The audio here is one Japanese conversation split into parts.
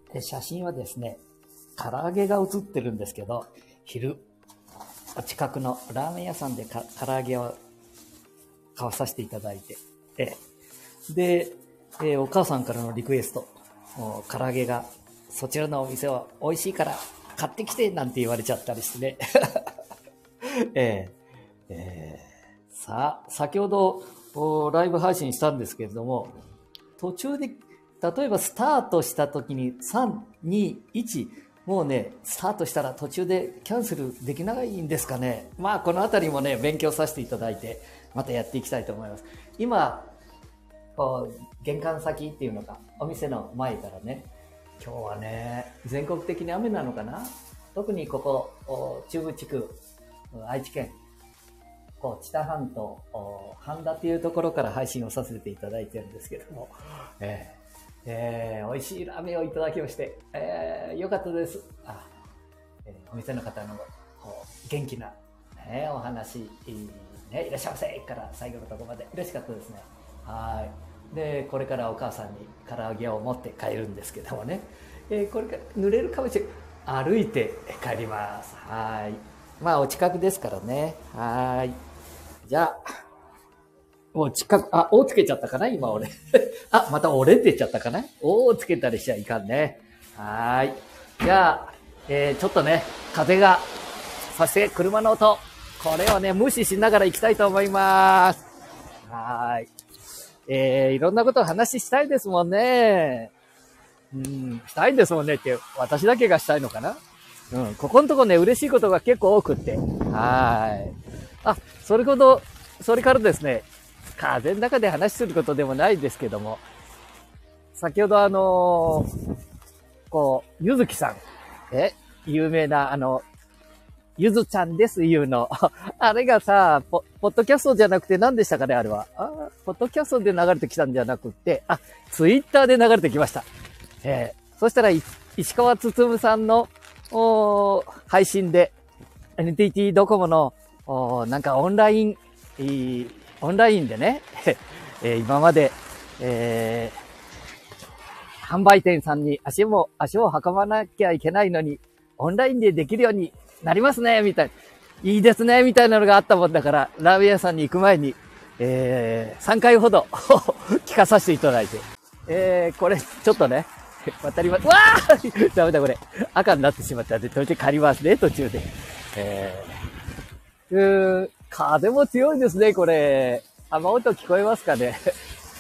写真はですね、唐揚げが写ってるんですけど、昼、近くのラーメン屋さんで唐揚げを買わさせていただいて、で、お母さんからのリクエスト、唐揚げがそちらのお店は美味しいから買ってきてなんて言われちゃったりしてね。さあ、先ほどライブ配信したんですけれども、途中で、例えばスタートした時に3、2、1、もうね、スタートしたら途中でキャンセルできないんですかね。まあ、このあたりもね、勉強させていただいて、またやっていきたいと思います。今、玄関先っていうのか、お店の前からね、今日はね、全国的に雨なのかな。特にここ、中部地区、愛知県、知多半島、半田っていうところから配信をさせていただいてるんですけども、美味しいラーメンをいただきまして、よかったです。お店の方の元気な、お話、いらっしゃいませから最後のところまで嬉しかったですね。はい。で、これからお母さんに唐揚げを持って帰るんですけどもね、これから濡れるかもしれない。歩いて帰ります。はい。まあ、お近くですからね。はい。じゃあ、もう近く、おつけちゃったかな今俺。また俺って言っちゃったかなおつけたりしちゃいかんね。はい。じゃあ、ちょっとね、風が、そして車の音、これをね、無視しながら行きたいと思います。はい。いろんなことを話したいですもんね。したいですもんねって、私だけがしたいのかな。ここのとこね、嬉しいことが結構多くって。はい。それからですね、風の中で話することでもないですけども、先ほどゆずきさん、有名なゆずちゃんですいうの。あれがさ、ポッドキャストじゃなくて何でしたかね、あれは。ポッドキャストで流れてきたんじゃなくて、ツイッターで流れてきました。そしたら、石川つつむさんの、配信で、NTT ドコモの、なんかオンラインでね、今まで、販売店さんに足を運ばなきゃいけないのに、オンラインでできるようになりますね、みたいな。いいですね、みたいなのがあったもんだから、ラーメン屋さんに行く前に、3回ほど聞かさせていただいて、これ、ちょっとね、渡ります。わーダメだこれ。赤になってしまったんで、途中借りますね、途中で。風も強いですね、これ。雨音聞こえますかね。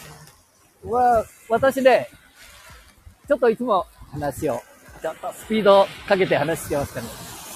私ね、ちょっといつも話を、ちょっとスピードかけて話してますかね。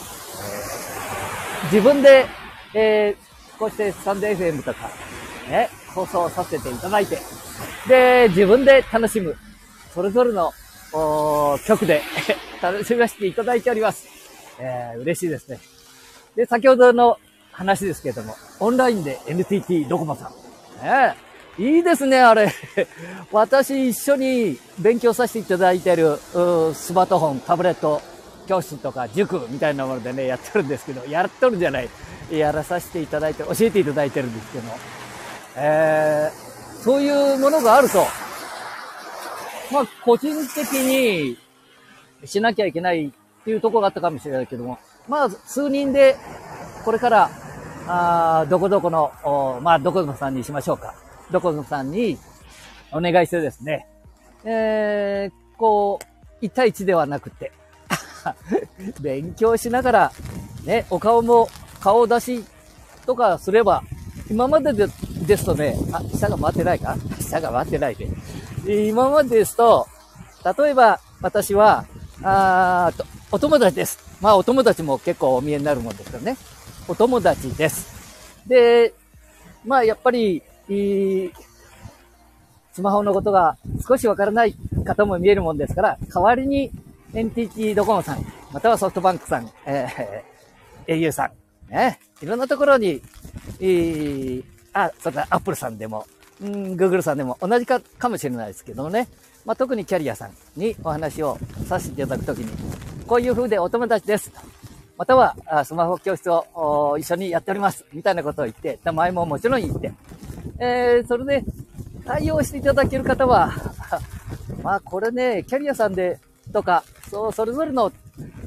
自分で、こうしてスタンド FM とか、放送させていただいて、で、自分で楽しむ、それぞれの、曲で楽しませていただいております。嬉しいですね。で、先ほどの話ですけれども、オンラインで NTT ドコモさん。いいですね、あれ。私一緒に勉強させていただいている、スマートフォン、タブレット、教室とか塾みたいなものでね、やってるんですけど、やらさせていただいて、教えていただいてるんですけども、そういうものがあると、まあ、個人的にしなきゃいけないっていうところがあったかもしれないけども、まあ、数人で、これから、どこどこの、ドコモさんにしましょうか。ドコモさんにお願いしてですね、1対1ではなくて、勉強しながら、ね、顔出しとかすれば、今までですとね、下が回ってないか下が回ってないで。今までですと、例えば私は、お友達です。まあお友達も結構お見えになるもんですからね。お友達です。で、まあやっぱり、スマホのことが少しわからない方も見えるもんですから、代わりに NTT ドコモさん、またはソフトバンクさん、au さん、いろんなところに、そうだ、アップルさんでも、Google さんでも同じかもしれないですけどもね。まあ、特にキャリアさんにお話をさせていただくときに、こういう風でお友達です。または、スマホ教室を一緒にやっております。みたいなことを言って、名前ももちろん言って、それで対応していただける方は、まあこれね、キャリアさんでとか、それぞれの、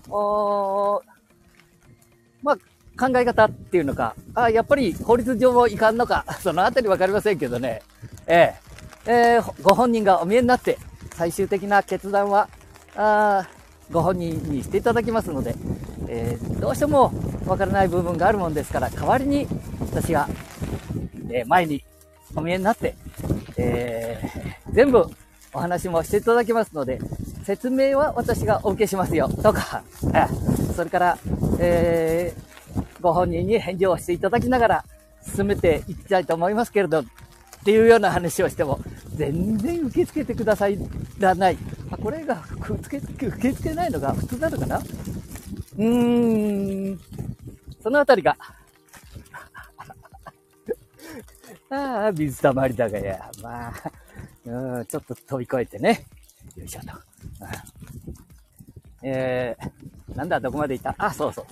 まあ、考え方っていうのか、やっぱり法律上もいかんのか、そのあたりわかりませんけどね。ご本人がお見えになって、最終的な決断は、ご本人にしていただきますので、どうしてもわからない部分があるもんですから、代わりに私が、前にお見えになって、全部お話もしていただきますので、説明は私がお受けしますよ、とか、それから、ご本人に返事をしていただきながら進めていきたいと思いますけれど、っていうような話をしても、全然受け付けてくださらない。これが受け付けないのが普通なのかな？そのあたりが、水たまりだがや、まあ、ちょっと飛び越えてね。よいしょと。なんだ、どこまで行った？そうそう。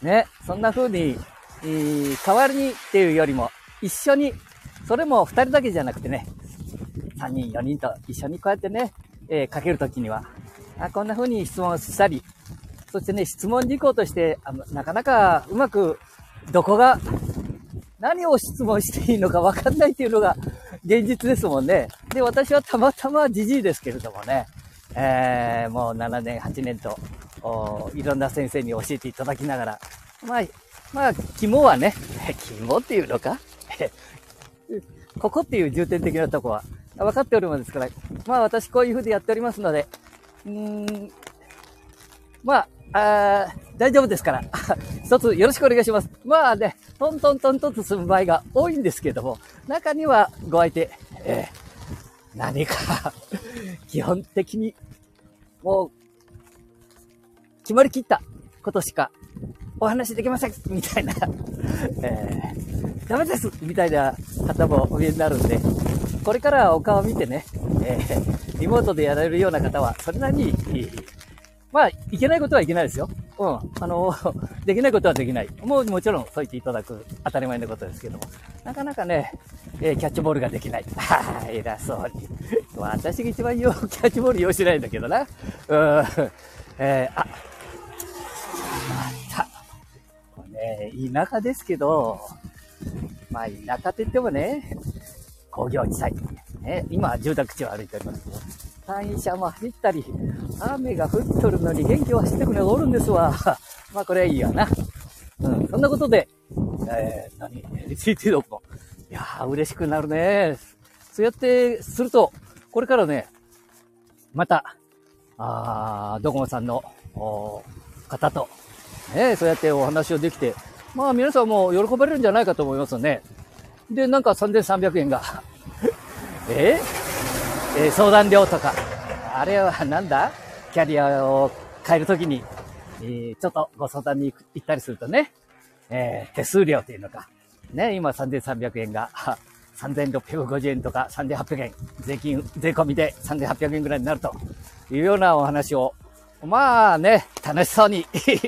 ね、そんな風に、代わりにっていうよりも、一緒に、それも二人だけじゃなくてね、3人、4人と一緒にこうやってね、かけるときには、こんな風に質問したり、そしてね、質問事項として、なかなかうまく、どこが、何を質問していいのか分かんないっていうのが現実ですもんね。で、私はたまたまじじいですけれどもね、もう7年、8年と、いろんな先生に教えていただきながら、まあ、肝はね、肝っていうのかここっていう重点的なとこは分かっておるものですから、まあ私こういう風でやっておりますので、大丈夫ですから、一つよろしくお願いします。まあね、トントントンと進む場合が多いんですけども、中にはご相手、何か、基本的に、もう、決まりきったことしかお話できませんみたいな、ダメですみたいな方もお見えになるんで、これからお顔を見てね、リモートでやられるような方は、それなりに、いけないことはいけないですよ。できないことはできない。もちろんそう言っていただく当たり前のことですけども、なかなかね、キャッチボールができない。偉そうに。私が一番キャッチボール用意しないんだけどな。これね、田舎ですけど、田舎って言ってもね、工業地帯。ね、今、住宅地を歩いておりますけど、単車も走ったり、雨が降っとるのに元気を走ってくれがおるんですわ。これはいいよな。そんなことで、LCT ドコモ。いやー、嬉しくなるね。そうやってすると、これからね、また、ドコモさんの方と、ね、そうやってお話をできて、皆さんも喜ばれるんじゃないかと思いますね。で、なんか3300円が、相談料とか、あれはなんだ？キャリアを変えるときに、ちょっとご相談に行ったりするとね、手数料っていうのか、ね、今3300円が、3650円とか3800円、税込みで3800円ぐらいになるというようなお話を、楽しそうに、いい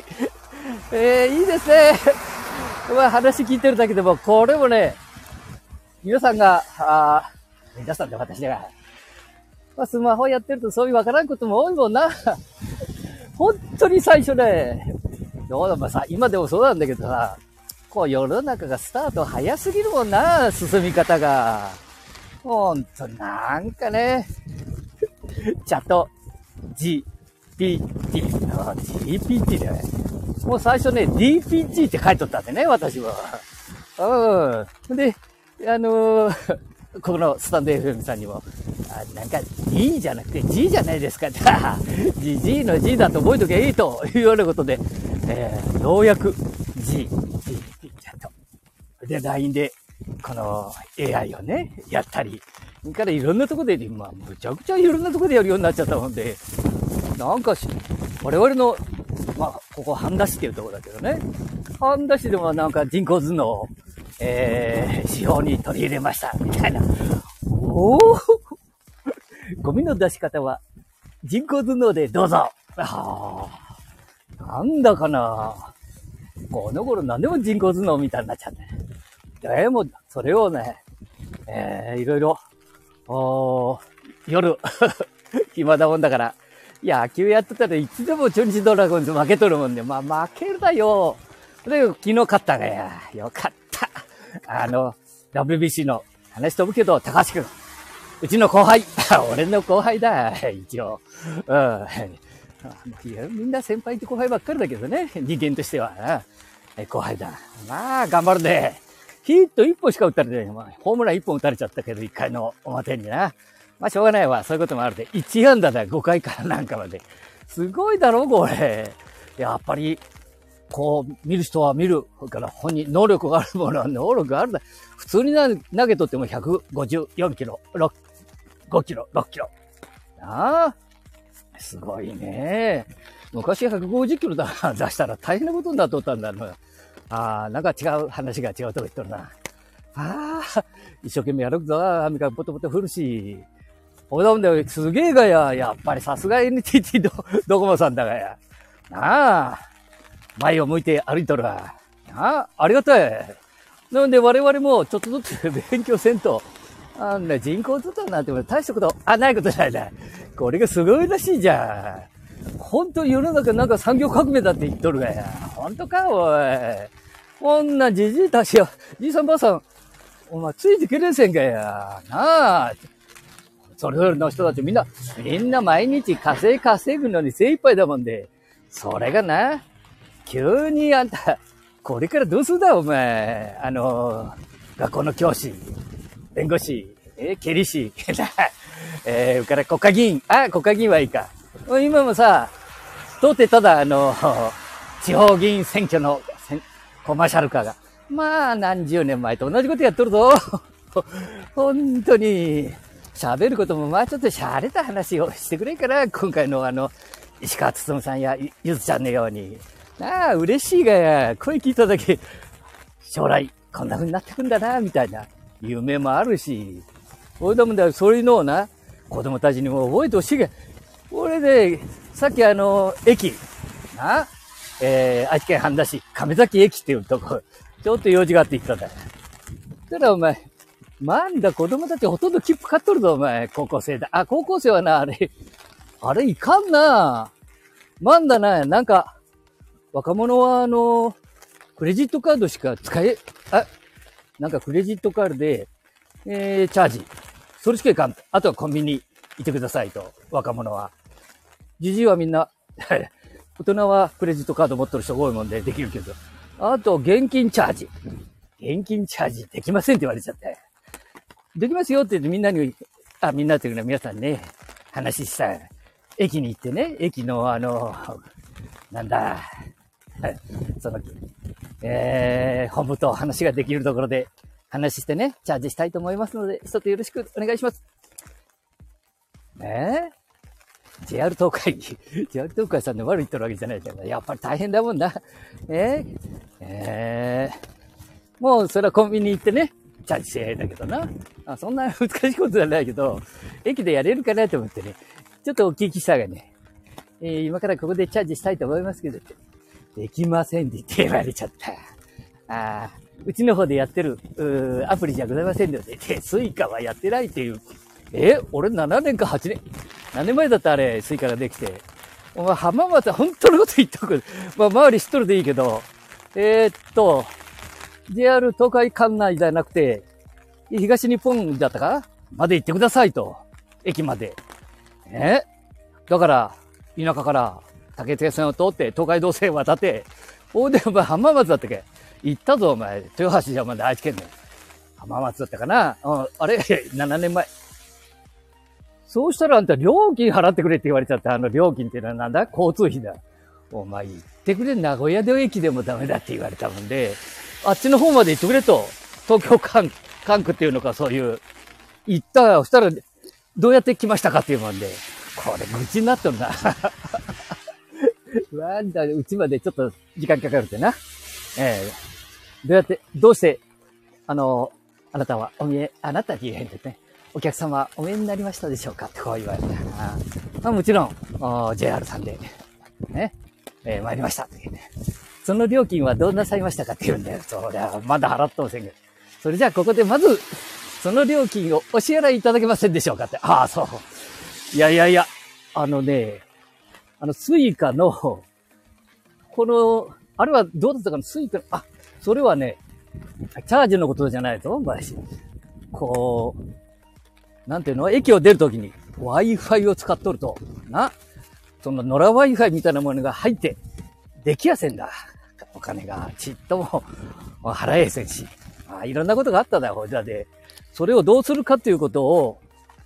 ですね。話聞いてるだけでも、これもね、皆さんで私が、スマホやってるとそういうわからんことも多いもんな。本当に最初ね、今でもそうなんだけどさ、世の中がスタート早すぎるもんな、進み方が。ほんと、なんかね、チャット、GPT だよね。もう最初ね、DPG って書いとったんでね、私は。で、このスタンド FM さんにも、なんか D じゃなくて G じゃないですかって、G の G だと覚えときゃいいというようなことで、ようやく G と。で、LINE で、この AI をね、やったり、それからいろんなところで、むちゃくちゃいろんなところでやるようになっちゃったもんで、なんか我々の、ここ半田市っていうところだけどね、半田市でもなんか人工頭脳を、指標に取り入れました、みたいな。ゴミの出し方は人工頭脳でどうぞ。なんだかな。この頃何でも人工頭脳みたいになっちゃって。でも、それをね、いろいろ、夜、暇だもんだから、 野球やってたらいつでも中日ドラゴンズ負けとるもんで、まあ負けるだよ。で、昨日勝ったがや。よかった。WBC の話飛ぶけど、高橋くん。うちの後輩。俺の後輩だ。一応。うん。いや、みんな先輩って後輩ばっかりだけどね。人間としては。後輩だ。まあ、頑張るで。ヒット1本しか打ったらね、まあ、ホームラン1本打たれちゃったけど、1回の表にな。まあ、しょうがないわ。そういうこともあるで。1安打だ。5回からなんかまで。すごいだろ、これ。やっぱり、こう、見る人は見る。それから本人、能力があるものは能力があるだ。普通に投げとっても154キロ、5キロ、6キロ。ああ。すごいね。昔150キロ出したら大変なことになっとったんだな。ああ、なんか違う話が違うとこ言っとるな。ああ、一生懸命やるぞ。雨がポトポト降るし。ほだもんだよ、すげえがや。やっぱりさすが NTT ドコモさんだがや。なあ、前を向いて歩いとるわ。ああ、ありがたい。なので我々もちょっとずつ勉強せんと。人口ずつなんて大したこと、ないことないな。これがすごいらしいじゃん。本当に世の中なんか産業革命だって言っとるがや。本当か、おい。こんなじじいたちよ。じいさんばあさん、お前ついてけれんせんかや。なあ。それぞれの人たちみんな毎日稼ぐのに精一杯だもんで。それがな、急にあんた、これからどうするだ、お前。学校の教師、弁護士、経理士、から国会議員、国会議員はいいか。今もさ、通ってただ、地方議員選挙のコマーシャルカーが。まあ、何十年前と同じことやっとるぞ。本当に、喋ることもまあちょっと洒落た話をしてくれんから、今回の石川つつむさんやゆずちゃんのように。嬉しいがや、声聞いただけ、将来こんな風になってくんだな、みたいな夢もあるし。俺だもんだよ、そういうのをな、子供たちにも覚えてほしいが、俺で、さっき駅、愛知県半田市、亀崎駅っていうとこ、ちょっと用事があって行ったんだよ。ただお前、なんだ子供たちほとんど切符買っとるぞ、お前、高校生だ。高校生はな、あれいかんな。なんだな、なんか、若者はクレジットカードしかなんかクレジットカードで、チャージ。それしかいかん。あとはコンビニ行ってくださいと、若者は。じじいはみんな、大人はクレジットカード持ってる人多いもんでできるけど、あと現金チャージ。現金チャージできませんって言われちゃった。できますよって言ってみんなに、みんなっていうのは皆さんね、話した。駅に行ってね、駅のなんだ、本部と話ができるところで話してね、チャージしたいと思いますので、一つよろしくお願いします。JR 東海さんで悪い言ってるわけじゃないけど、やっぱり大変だもんな。もうそれはコンビニ行ってね、チャージしてだけどな。そんな難しいことじゃないけど、駅でやれるかなと思ってね、ちょっとお聞きしたがね、今からここでチャージしたいと思いますけどって、できませんって言われちゃった。うちの方でやってる、アプリじゃございませんので、スイカはやってないっていう。俺7年か8年。何年前だったあれ、スイカができて。お前、浜松は本当のこと言っとく。まあ、周り知っとるでいいけど、JR 東海管内じゃなくて、東日本だったかまで行ってくださいと。駅まで。だから、田舎から竹手線を通って東海道線渡って、お前浜松だったっけ行ったぞお前。豊橋じゃまだ愛知県で。浜松だったかなあれ ?7 年前。そうしたらあんた料金払ってくれって言われちゃった。料金っていうのはなんだ交通費だ。お前行ってくれ、名古屋で駅でもダメだって言われたもんで、あっちの方まで行ってくれと。東京管区っていうのかそういう。行ったら、そしたら、どうやって来ましたかっていうもんで。これ、愚痴になっとるな。なんだ、うちまでちょっと時間かかるってな。どうして、あなたはあなたに言えへんですね。お客様お見えになりましたでしょうかってこう言われた。もちろん、JR さんで、ね、参りましたって言うね。その料金はどうなさいましたかって言うんだよ。そりゃ、まだ払ってませんけど。それじゃあここでまず、その料金をお支払いいただけませんでしょうかって。そう。いや、 スイカの、あれはどうだったかな、スイカ、それはね、チャージのことじゃないぞ、林。なんていうの、駅を出るときに Wi-Fi を使っとると、その野良 Wi-Fi みたいなものが入って、できやせんだ。お金がちっとも払えせんし。いろんなことがあっただよ、じゃあで。それをどうするかっていうことを、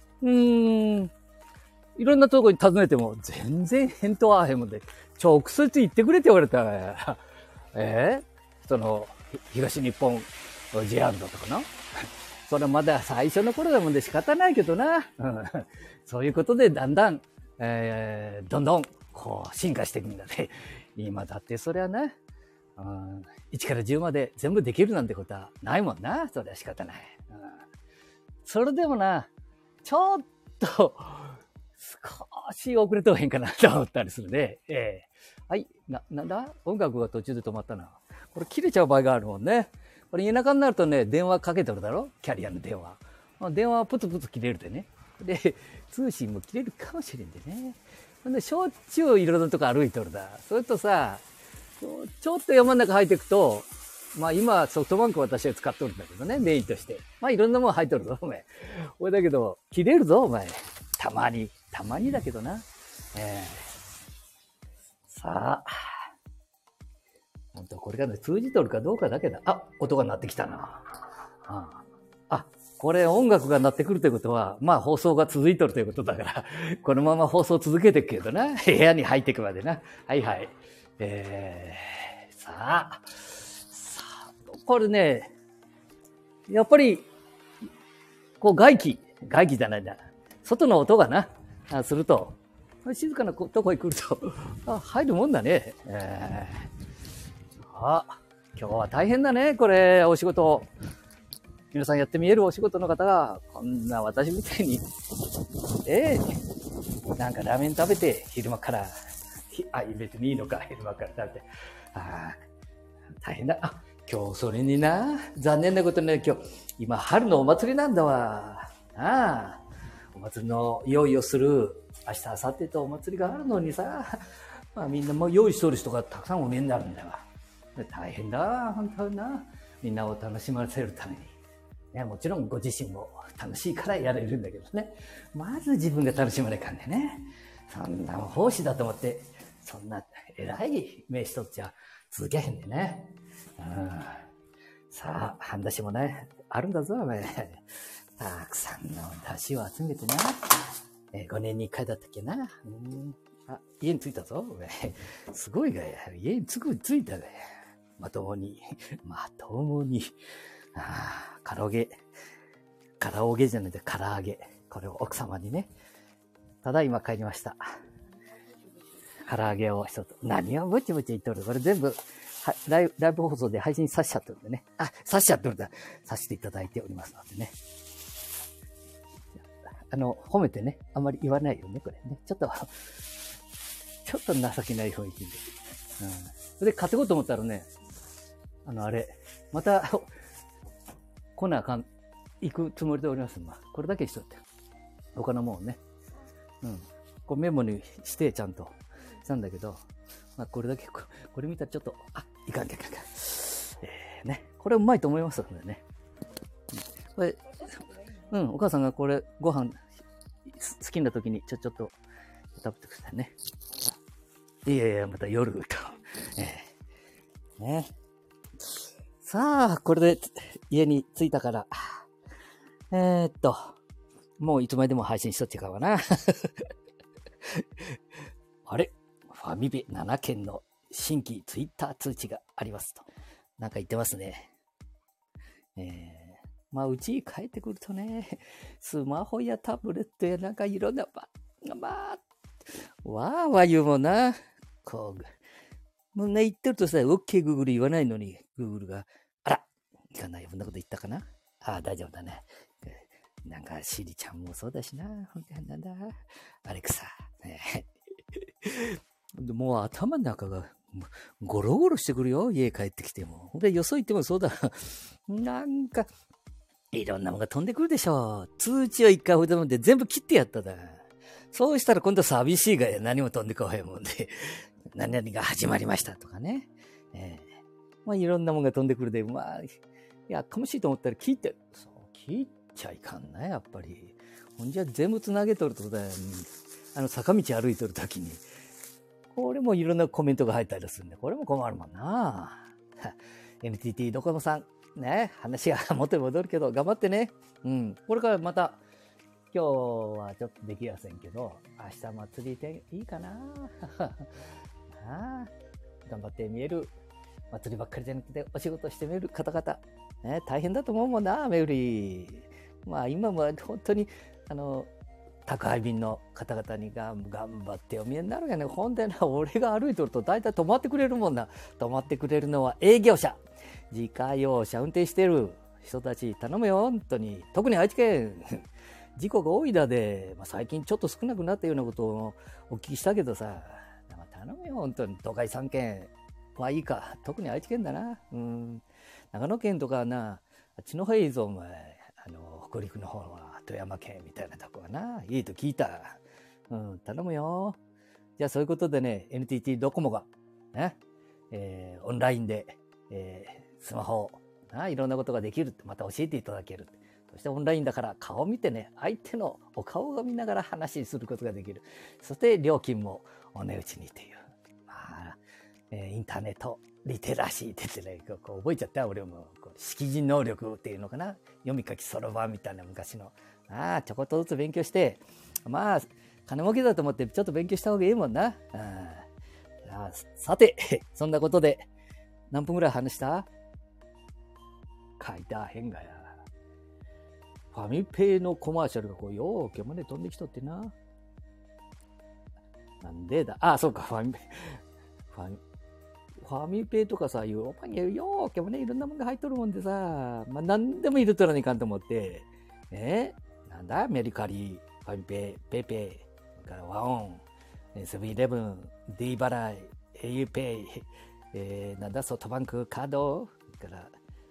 いろんなところに尋ねても、全然返答はあへんもんで、直接言ってくれって言われたら、東日本 JR だったかなそれまだ最初の頃だもんで仕方ないけどな。そういうことでだんだん、どんどん、進化していくんだね。今だってそれはね、1から10まで全部できるなんてことはないもんな。それは仕方ない。それでもな、ちょっと、少し遅れとへんかなと思ったりするね。はい。なんだ音楽が途中で止まったな。これ切れちゃう場合があるもんね。これ田舎になるとね、電話かけとるだろキャリアの電話。電話はプツプツ切れるでね。で、通信も切れるかもしれんでね。ほんで、しょっちゅういろんなとこ歩いとるだ。それとさ、ちょっと山の中入っていくと、今ソフトバンク私は使っとるんだけどね、メインとして。いろんなもん入っとるぞ、お前。俺だけど、切れるぞ、お前。たまにだけどな。さあ。本当これがね、通じとるかどうかだけだ。音が鳴ってきたな。これ音楽が鳴ってくるということは、放送が続いとるということだから、このまま放送続けていくけどな。部屋に入っていくまでな。はいはい。さあ、これね、やっぱり、外気じゃないんだ。外の音がな、すると、静かなとこへ来ると、入るもんだね。今日は大変だね、これ、お仕事。皆さんやってみえるお仕事の方が、こんな私みたいに、なんかラーメン食べて、昼間から、別にいいのか、昼間から食べて。大変だ。今日それにな、残念なことね、今春のお祭りなんだわ。お祭りの用意をする、明日、明後日とお祭りがあるのにさ、みんなもう用意しとる人がたくさんお見えになるんだわ。大変だ、本当にな。みんなを楽しませるために。もちろんご自身も楽しいからやれるんだけどね。まず自分が楽しまないかんでね。そんな奉仕だと思って、そんな偉い名詞とっちゃ続けへんでね。さあ、半出しもね、あるんだぞ、お前。たくさんの出汁を集めてな。5年に1回だったっけな。家に着いたぞ、お前。すごいがや。家に着いたがや。まともに。唐揚げじゃなくて唐揚げ。これを奥様にね。ただいま帰りました。唐揚げを一つ。何をぶちぶち言っとる。これ全部、ライブ放送で配信させちゃってるんでね。させていただいておりますのでね。褒めてね。あんまり言わないよね、これね。ちょっと情けない雰囲気で。それで稼ごうと思ったらね、また、来なあかん、行くつもりでおります。これだけしとって。他のもんね。こうメモにしてちゃんとしたんだけど、これだけ、これ見たらちょっと、いかん。ね。これうまいと思いますのでね。これ、お母さんがこれ、ご飯、好きな時にちょっと食べてくださいね。いや、また夜と。ね。さあ、これで家に着いたから、もういつまでも配信しとってかわな。あれファミベ7件の新規ツイッター通知がありますと。なんか言ってますね。うちに帰ってくるとね、スマホやタブレットやなんかいろんな、わーわ言うもんな。もうね、言ってるとさ、OK Google 言わないのに、Google が、いかないよ。こんなこと言ったかな？大丈夫だね。なんか、シリちゃんもそうだしな。なんだ、アレクサ。もう頭の中が、ゴロゴロしてくるよ。家帰ってきても。よそ行ってもそうだ。なんか、いろんなものが飛んでくるでしょ。通知を一回ほどもんで全部切ってやっただ。 そうしたら今度寂しいが何も飛んでこへんもんで、何々が始まりましたとかね。まあいろんなもんが飛んでくるで、まあ、やかましいと思ったら聞いて、そう、聞いちゃいかんな、やっぱり。ほんじゃ全部つなげとるってことだよ。坂道歩いとるときに。これもいろんなコメントが入ったりするんで、これも困るもんな。NTT ドコモさん、ね、話が元に戻るけど、頑張ってね。これからまた、今日はちょっとできませんけど、明日祭りでいいかな。頑張って見える。祭りばっかりじゃなくて、お仕事してみる方々、ね、大変だと思うもんな、めぐり。まあ今も本当に、宅配便の方々に頑張ってお見えになるがね、ほんでな、俺が歩いとると大体止まってくれるもんな。止まってくれるのは営業者。自家用車運転してる人たち頼むよ、本当に。特に愛知県、事故が多いだで、最近ちょっと少なくなったようなことをお聞きしたけどさ、頼むよ、本当に。東海3県はいいか。特に愛知県だな。長野県とかな、あっちの方いいぞ、お前。北陸の方は富山県みたいなとこはな、いいと聞いた。頼むよ。じゃあそういうことでね、NTT ドコモが、ね、オンラインで、スマホ、いろんなことができるって、また教えていただける。そしてオンラインだから顔を見てね、相手のお顔を見ながら話することができる。そして料金もお値打ちにという。インターネットリテラシーって言ってね、こう覚えちゃったよ、俺も。識字能力っていうのかな。読み書きそろばんみたいな昔の。ちょこっとずつ勉強して、まあ、金儲けだと思ってちょっと勉強した方がいいもんな。さて、そんなことで、何分ぐらい話した？書いたへんがや。ファミペイのコマーシャルがこう、よーけまで飛んできとってな。なんでだ。そうか、ファミペイとかさ、ヨーロッパによーけもね、いろんなものが入っとるもんでさ、何でも入れとらないかんと思って、なんだメルカリ、ファミペイ、ペイペイ、からワオン、セブンイレブン、D 払い、au ペイ、なんだソフトバンクカード、から、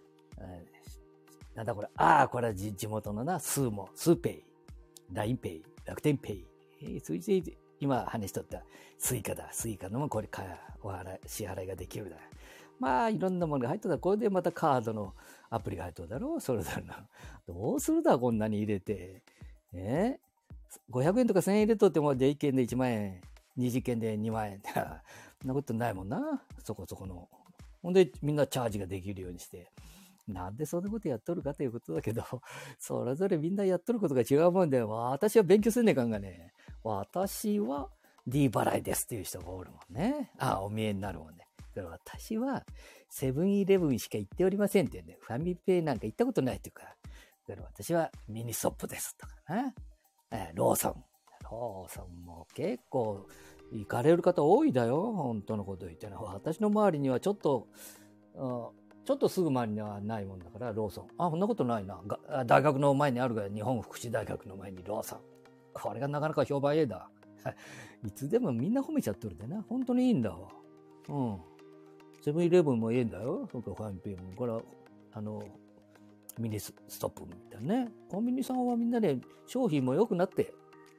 なんだこれ、これは地元のな、スーペイ、LINE ペイ、楽天ペイ、そいつ今話しとったスイカだ。スイカのもこれ支払いができるだ。まあいろんなものが入っとった。これでまたカードのアプリが入っとるだろう。それだな。どうするだこんなに入れて。500円とか1000円入れとっても、じゃあ1件で1万円、20件で2万円。そんなことないもんな。そこそこの。ほんでみんなチャージができるようにして。なんでそんなことやっとるかということだけど、それぞれみんなやっとることが違うもんで、私は勉強せんねえかんがね。私は D 払いですっていう人がおるもんね。お見えになるもんね。私はセブンイレブンしか行っておりませんってね。ファミペイなんか行ったことないっていうか。私はミニストップですとかな。ローソンも結構行かれる方多いだよ。本当のこと言ってな。私の周りにはちょっとすぐ周りにはないもんだから、ローソン。そんなことないな。大学の前にあるが、日本福祉大学の前にローソン。これがなかなか評判ええだ。いつでもみんな褒めちゃっとるでな。本当にいいんだわ。セブンイレブンもええんだよ。それからファミペイも。これは、ミニストップみたいなね。コンビニさんはみんなで商品も良くなって。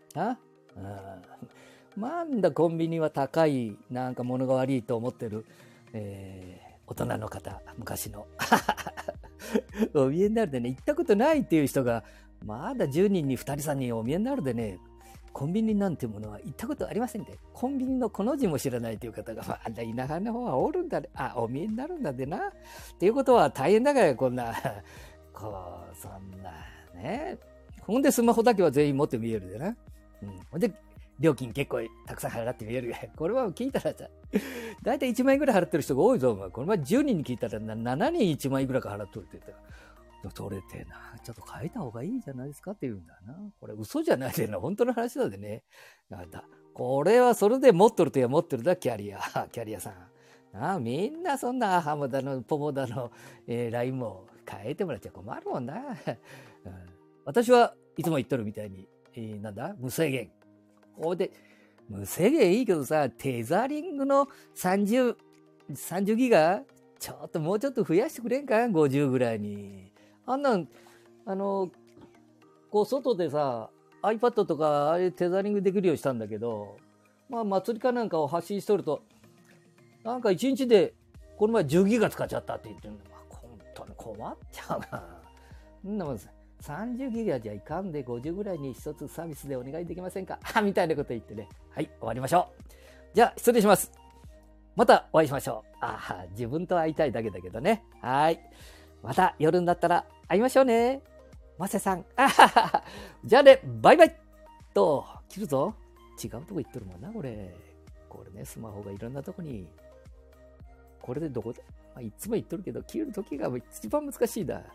なんだコンビニは高い、なんか物が悪いと思ってる。大人の方、昔の。お見えになるでね、行ったことないっていう人が、まだ10人に2人3人お見えになるでね、コンビニなんてものは行ったことありませんで、コンビニのこの字も知らないという方が、まだ田舎の方はおるんだね。お見えになるんだでな。っていうことは大変だから、こんな、そんな、ね。ほんでスマホだけは全員持って見えるでな。ほんで、料金結構たくさん払って見える。これは聞いたらさ、だいたい1万円ぐらい払ってる人が多いぞ。この前10人に聞いたら7人1万円ぐらいか払っとるって言ったら、取れてな、ちょっと変えた方がいいじゃないですかって言うんだな。これ嘘じゃないでな、本当の話だでね。これはそれで持っとるとや持ってるだ、キャリアさん。みんなそんなハムだの、ポモだの、LINE も変えてもらっちゃ困るもんな。私はいつも言っとるみたいに、無制限。無制限いいけどさ、テザリングの30ギガちょっともうちょっと増やしてくれんか ?50 ぐらいに。こう外でさ、 iPad とかあれテザリングできるようにしたんだけど、まあ祭りかなんかを発信しとると、なんか1日でこの前10ギガ使っちゃったって言ってるんだ。本当に困っちゃうな。そんなもん30ギガじゃいかんで50ぐらいに一つサービスでお願いできませんかみたいなこと言ってね。はい、終わりましょう。じゃあ失礼します。またお会いしましょう。自分と会いたいだけだけどね。はい。また夜になったら会いましょうね。マセさん。じゃあね、バイバイと、切るぞ。違うとこ行っとるもんな、これ。これね、スマホがいろんなとこに。これでどこで、いつも言っとるけど、切るときが一番難しいだ。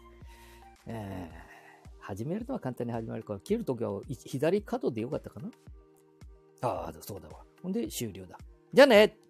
始めるのは簡単に始まるから、切るときは左角でよかったかな。そうだわ。ほんで終了だ。じゃあね。